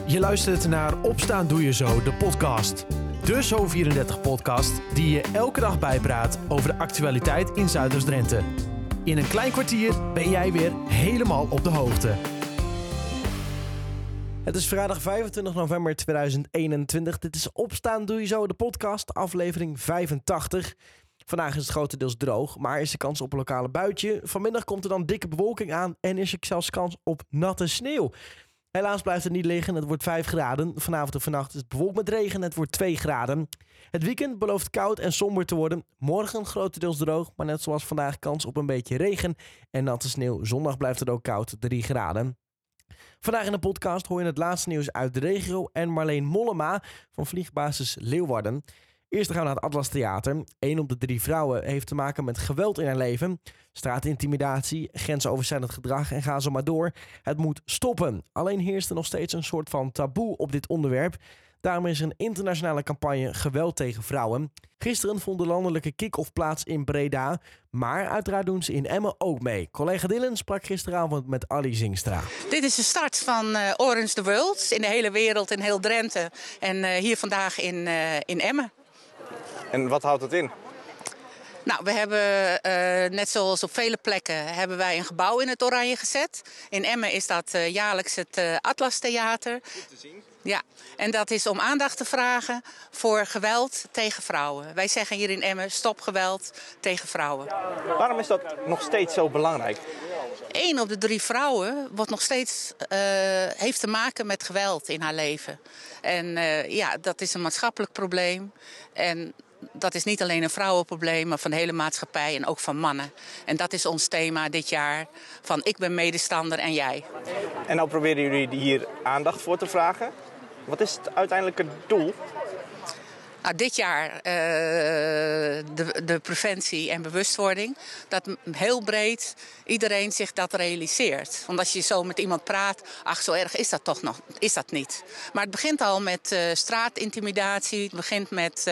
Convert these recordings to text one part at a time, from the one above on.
Je luistert naar Opstaan Doe Je Zo, de podcast. De Zo34-podcast die je elke dag bijpraat over de actualiteit in Zuiders-Drenthe. In een klein kwartier ben jij weer helemaal op de hoogte. Het is vrijdag 25 november 2021. Dit is Opstaan Doe Je Zo, de podcast, aflevering 85. Vandaag is het grotendeels droog, maar is er kans op een lokale buitje. Vanmiddag komt er dan dikke bewolking aan en is er zelfs kans op natte sneeuw. Helaas blijft het niet liggen, het wordt 5 graden. Vanavond en vannacht is het bewolkt met regen en het wordt 2 graden. Het weekend belooft koud en somber te worden. Morgen grotendeels droog, maar net zoals vandaag kans op een beetje regen en natte sneeuw. Zondag blijft het ook koud, 3 graden. Vandaag in de podcast hoor je het laatste nieuws uit de regio en Marleen Mollema van vliegbasis Leeuwarden. Eerst gaan we naar het Atlas Theater. 1 op de 3 vrouwen heeft te maken met geweld in haar leven. Straatintimidatie, grensoverschrijdend gedrag en ga zo maar door. Het moet stoppen. Alleen heerst er nog steeds een soort van taboe op dit onderwerp. Daarom is er een internationale campagne geweld tegen vrouwen. Gisteren vond de landelijke kick-off plaats in Breda. Maar uiteraard doen ze in Emmen ook mee. Collega Dylan sprak gisteravond met Ali Zingstra. Dit is de start van Orange the World in de hele wereld, in heel Drenthe. En hier vandaag in Emmen. En wat houdt het in? Nou, we hebben, net zoals op vele plekken, hebben wij een gebouw in het oranje gezet. In Emmen is dat jaarlijks het Atlas Theater. Goed te zien. Ja, en dat is om aandacht te vragen voor geweld tegen vrouwen. Wij zeggen hier in Emmen, stop geweld tegen vrouwen. Waarom is dat nog steeds zo belangrijk? 1 op de 3 vrouwen wordt nog steeds, heeft te maken met geweld in haar leven. En ja, dat is een maatschappelijk probleem. En dat is niet alleen een vrouwenprobleem, maar van de hele maatschappij en ook van mannen. En dat is ons thema dit jaar, van ik ben medestander en jij. En nou proberen jullie hier aandacht voor te vragen. Wat is het uiteindelijke doel? Nou, dit jaar de preventie en bewustwording. Dat heel breed iedereen zich dat realiseert. Want als je zo met iemand praat, ach zo erg is dat toch nog, is dat niet. Maar het begint al met straatintimidatie. Het begint met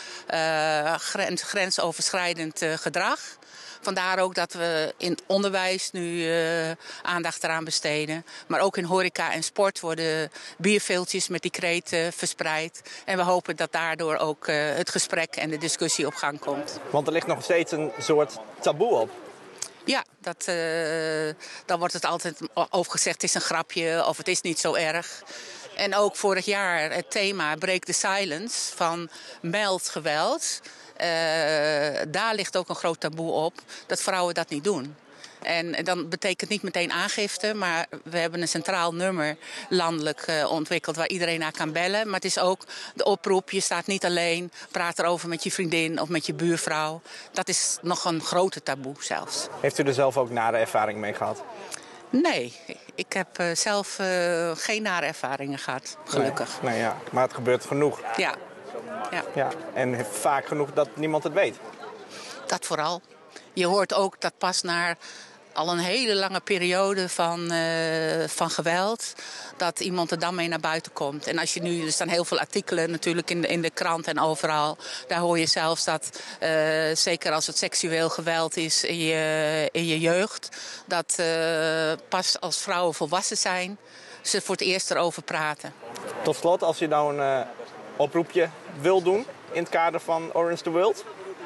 grensoverschrijdend gedrag. Vandaar ook dat we in het onderwijs nu aandacht eraan besteden. Maar ook in horeca en sport worden bierveeltjes met die kreten verspreid. En we hopen dat daardoor ook het gesprek en de discussie op gang komt. Want er ligt nog steeds een soort taboe op. Ja, dan wordt het altijd over gezegd, het is een grapje of het is niet zo erg. En ook vorig jaar het thema Break the Silence van meld geweld. Daar ligt ook een groot taboe op dat vrouwen dat niet doen. En dan betekent niet meteen aangifte, maar we hebben een centraal nummer landelijk ontwikkeld waar iedereen naar kan bellen. Maar het is ook de oproep, je staat niet alleen, praat erover met je vriendin of met je buurvrouw. Dat is nog een grote taboe zelfs. Heeft u er zelf ook nare ervaring mee gehad? Nee, ik heb zelf geen nare ervaringen gehad, gelukkig. Nee, ja. Maar het gebeurt genoeg. Ja. Ja. En vaak genoeg dat niemand het weet. Dat vooral. Je hoort ook dat pas na al een hele lange periode van geweld, dat iemand er dan mee naar buiten komt. En als je nu, er staan heel veel artikelen natuurlijk in de krant en overal. Daar hoor je zelfs dat, zeker als het seksueel geweld is in je jeugd, dat pas als vrouwen volwassen zijn, ze voor het eerst erover praten. Tot slot, als je nou een oproepje wil doen in het kader van Orange the World?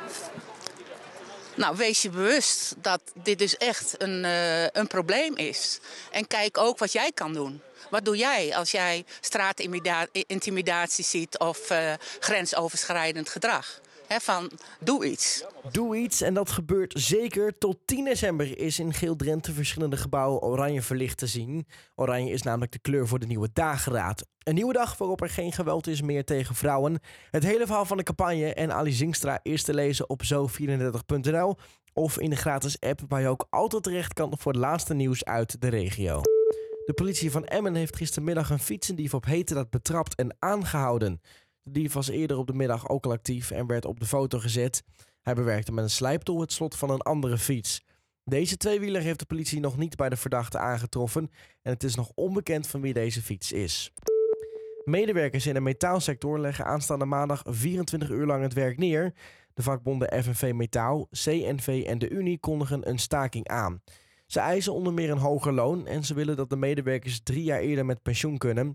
Nou, wees je bewust dat dit dus echt een probleem is. En kijk ook wat jij kan doen. Wat doe jij als jij straatintimidatie ziet of grensoverschrijdend gedrag? Van, doe iets. Doe iets en dat gebeurt zeker. Tot 10 december is in geel Drenthe verschillende gebouwen oranje verlicht te zien. Oranje is namelijk de kleur voor de nieuwe dageraad. Een nieuwe dag waarop er geen geweld is meer tegen vrouwen. Het hele verhaal van de campagne en Ali Zingstra is te lezen op zo34.nl of in de gratis app waar je ook altijd terecht kan voor het laatste nieuws uit de regio. De politie van Emmen heeft gistermiddag een fietsendief op heterdaad betrapt en aangehouden. De dief was eerder op de middag ook al actief en werd op de foto gezet. Hij bewerkte met een slijptol het slot van een andere fiets. Deze tweewieler heeft de politie nog niet bij de verdachte aangetroffen en het is nog onbekend van wie deze fiets is. Medewerkers in de metaalsector leggen aanstaande maandag 24 uur lang het werk neer. De vakbonden FNV Metaal, CNV en de Unie kondigen een staking aan. Ze eisen onder meer een hoger loon en ze willen dat de medewerkers 3 jaar eerder met pensioen kunnen.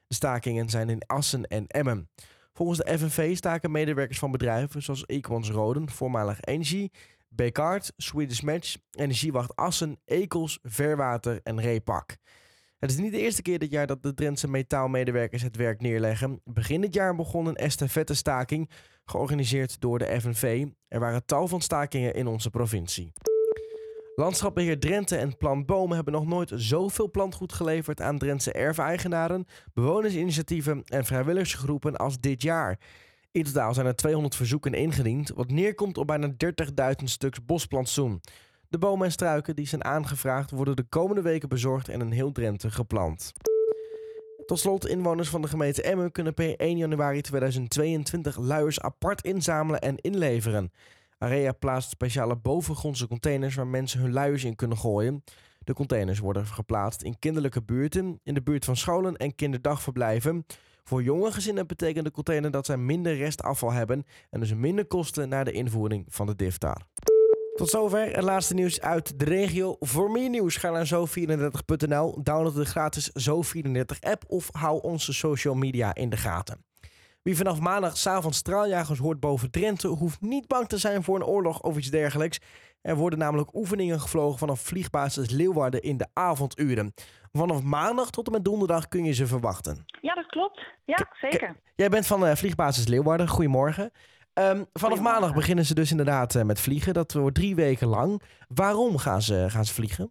De stakingen zijn in Assen en Emmen. Volgens de FNV staken medewerkers van bedrijven zoals Equans Roden, voormalig Engie, Bekaert, Swedish Match, Energiewacht Assen, Ekels, Verwater en Repak. Het is niet de eerste keer dit jaar dat de Drentse metaalmedewerkers het werk neerleggen. Begin dit jaar begon een estafette-staking, georganiseerd door de FNV. Er waren tal van stakingen in onze provincie. Landschapbeheer Drenthe en Plant Bomen hebben nog nooit zoveel plantgoed geleverd aan Drentse erfeigenaren, bewonersinitiatieven en vrijwilligersgroepen als dit jaar. In totaal zijn er 200 verzoeken ingediend, wat neerkomt op bijna 30.000 stuks bosplantsoen. De bomen en struiken die zijn aangevraagd worden de komende weken bezorgd en in heel Drenthe geplant. Tot slot, inwoners van de gemeente Emmen kunnen per 1 januari 2022 luiers apart inzamelen en inleveren. Area plaatst speciale bovengrondse containers waar mensen hun luiers in kunnen gooien. De containers worden geplaatst in kinderlijke buurten, in de buurt van scholen en kinderdagverblijven. Voor jonge gezinnen betekent de container dat zij minder restafval hebben en dus minder kosten na de invoering van de DIFTAR. Tot zover het laatste nieuws uit de regio. Voor meer nieuws ga naar zo34.nl, download de gratis Zo34-app of hou onze social media in de gaten. Wie vanaf maandag 's avonds straaljagers hoort boven Drenthe hoeft niet bang te zijn voor een oorlog of iets dergelijks. Er worden namelijk oefeningen gevlogen vanaf vliegbasis Leeuwarden in de avonduren. Vanaf maandag tot en met donderdag kun je ze verwachten. Ja, dat klopt. Ja, zeker. Jij bent van vliegbasis Leeuwarden. Goedemorgen. Vanaf maandag beginnen ze dus inderdaad met vliegen. Dat wordt 3 weken lang. Waarom gaan ze vliegen?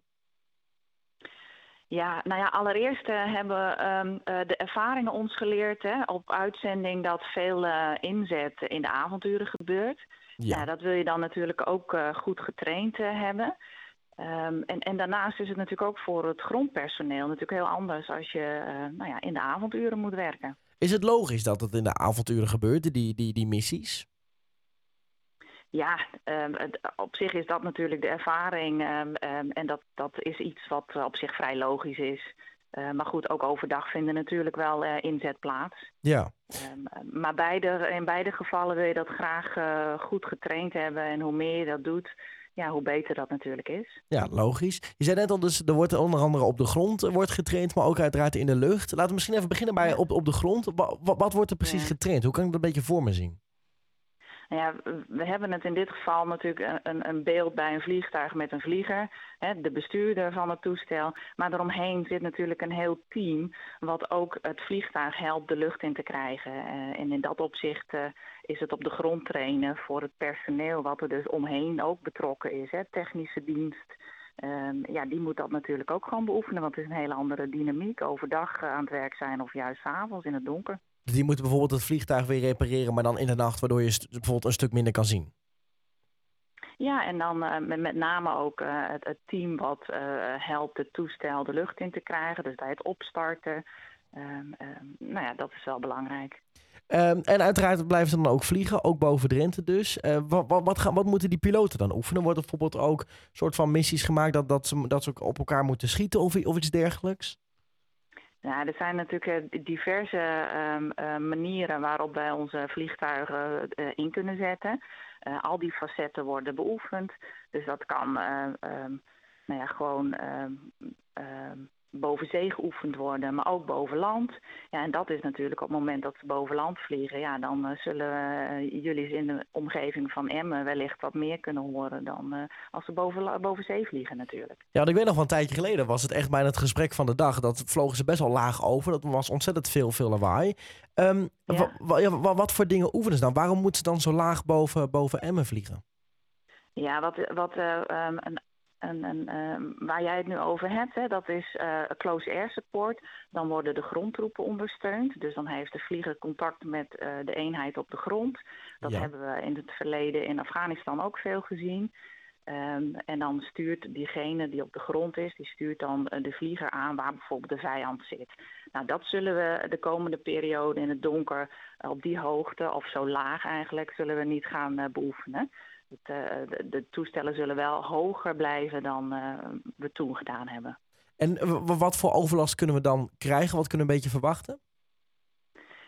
Ja, nou ja, allereerst hebben de ervaringen ons geleerd op uitzending dat veel inzet in de avonduren gebeurt. Ja. Dat wil je dan natuurlijk ook goed getraind hebben. En daarnaast is het natuurlijk ook voor het grondpersoneel natuurlijk heel anders als je in de avonduren moet werken. Is het logisch dat het in de avonduren gebeurt, die missies? Ja, op zich is dat natuurlijk de ervaring en dat is iets wat op zich vrij logisch is. Maar goed, ook overdag vinden natuurlijk wel inzet plaats. Ja. Maar in beide gevallen wil je dat graag goed getraind hebben. En hoe meer je dat doet, ja, hoe beter dat natuurlijk is. Ja, logisch. Je zei net al, dus er wordt onder andere op de grond wordt getraind, maar ook uiteraard in de lucht. Laten we misschien even beginnen bij op de grond. Wat wordt er precies getraind? Hoe kan ik dat een beetje voor me zien? Nou ja, we hebben het in dit geval natuurlijk een beeld bij een vliegtuig met een vlieger, de bestuurder van het toestel. Maar daaromheen zit natuurlijk een heel team wat ook het vliegtuig helpt de lucht in te krijgen. En in dat opzicht is het op de grond trainen voor het personeel wat er dus omheen ook betrokken is. Technische dienst, die moet dat natuurlijk ook gewoon beoefenen, want het is een hele andere dynamiek. Overdag aan het werk zijn of juist 's avonds in het donker. Die moeten bijvoorbeeld het vliegtuig weer repareren, maar dan in de nacht, waardoor je bijvoorbeeld een stuk minder kan zien. Ja, en dan met name ook het team wat helpt het toestel de lucht in te krijgen. Dus bij het opstarten. Dat is wel belangrijk. En uiteraard blijven ze dan ook vliegen, ook boven Drenthe dus. Wat moeten die piloten dan oefenen? Worden er bijvoorbeeld ook soort van missies gemaakt dat ze ook op elkaar moeten schieten of iets dergelijks? Ja, er zijn natuurlijk diverse manieren waarop wij onze vliegtuigen in kunnen zetten. Al die facetten worden beoefend. Dus dat kan gewoon boven zee geoefend worden, maar ook boven land. Ja, en dat is natuurlijk op het moment dat ze boven land vliegen, ja, dan zullen jullie in de omgeving van Emmen wellicht wat meer kunnen horen dan als ze boven zee vliegen natuurlijk. Ja, want ik weet nog van een tijdje geleden was het echt bijna het gesprek van de dag. Dat vlogen ze best wel laag over. Dat was ontzettend veel lawaai. Wat voor dingen oefenen ze dan? Waarom moeten ze dan zo laag boven Emmen vliegen? Ja, waar jij het nu over hebt, dat is close air support. Dan worden de grondtroepen ondersteund. Dus dan heeft de vlieger contact met de eenheid op de grond. Dat hebben we in het verleden in Afghanistan ook veel gezien. En dan stuurt diegene die op de grond is, die stuurt dan de vlieger aan waar bijvoorbeeld de vijand zit. Nou, dat zullen we de komende periode in het donker op die hoogte, of zo laag eigenlijk, zullen we niet gaan beoefenen. De toestellen zullen wel hoger blijven dan we toen gedaan hebben. En wat voor overlast kunnen we dan krijgen? Wat kunnen we een beetje verwachten?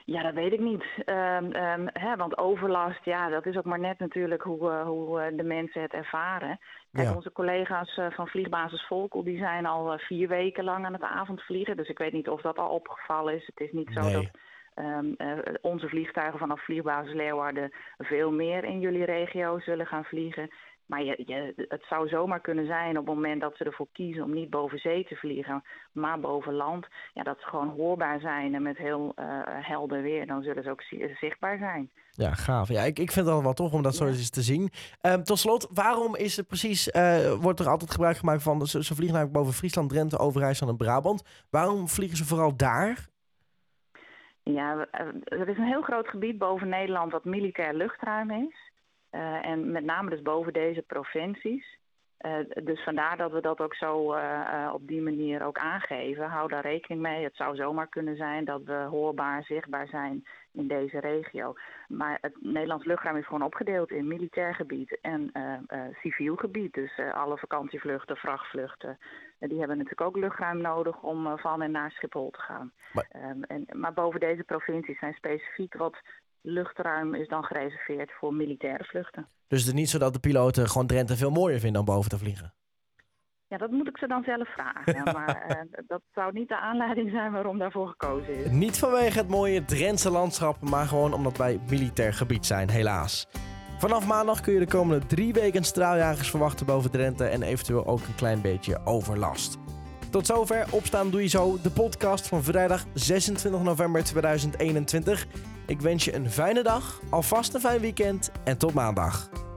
Ja, dat weet ik niet. Want overlast, dat is ook maar net natuurlijk hoe de mensen het ervaren. Kijk, onze collega's van vliegbasis Volkel, die zijn al 4 weken lang aan het avondvliegen. Dus ik weet niet of dat al opgevallen is. Het is niet zo dat onze vliegtuigen vanaf vliegbasis Leeuwarden veel meer in jullie regio zullen gaan vliegen. Maar het zou zomaar kunnen zijn op het moment dat ze ervoor kiezen om niet boven zee te vliegen, maar boven land. Ja, dat ze gewoon hoorbaar zijn en met heel helder weer. Dan zullen ze ook zichtbaar zijn. Ja, gaaf. Ja, ik vind het al wel tof om dat zo eens te zien. Tot slot, waarom is het precies, wordt er altijd gebruik gemaakt van, ze vliegen namelijk boven Friesland, Drenthe, Overijssel en Brabant. Waarom vliegen ze vooral daar? Ja, er is een heel groot gebied boven Nederland dat militair luchtruim is. En met name dus boven deze provincies. Dus vandaar dat we dat ook zo op die manier ook aangeven. Hou daar rekening mee. Het zou zomaar kunnen zijn dat we hoorbaar, zichtbaar zijn in deze regio. Maar het Nederlands luchtruim is gewoon opgedeeld in militair gebied en civiel gebied. Dus alle vakantievluchten, vrachtvluchten, die hebben natuurlijk ook luchtruim nodig om van en naar Schiphol te gaan. Maar boven deze provincies zijn specifiek wat luchtruim is dan gereserveerd voor militaire vluchten. Dus het is niet zo dat de piloten gewoon Drenthe veel mooier vinden om boven te vliegen? Ja, dat moet ik ze dan zelf vragen. Maar dat zou niet de aanleiding zijn waarom daarvoor gekozen is. Niet vanwege het mooie Drentse landschap, maar gewoon omdat wij militair gebied zijn, helaas. Vanaf maandag kun je de komende 3 weken straaljagers verwachten boven Drenthe en eventueel ook een klein beetje overlast. Tot zover Opstaan Doe Je Zo, de podcast van vrijdag 26 november 2021. Ik wens je een fijne dag, alvast een fijn weekend en tot maandag.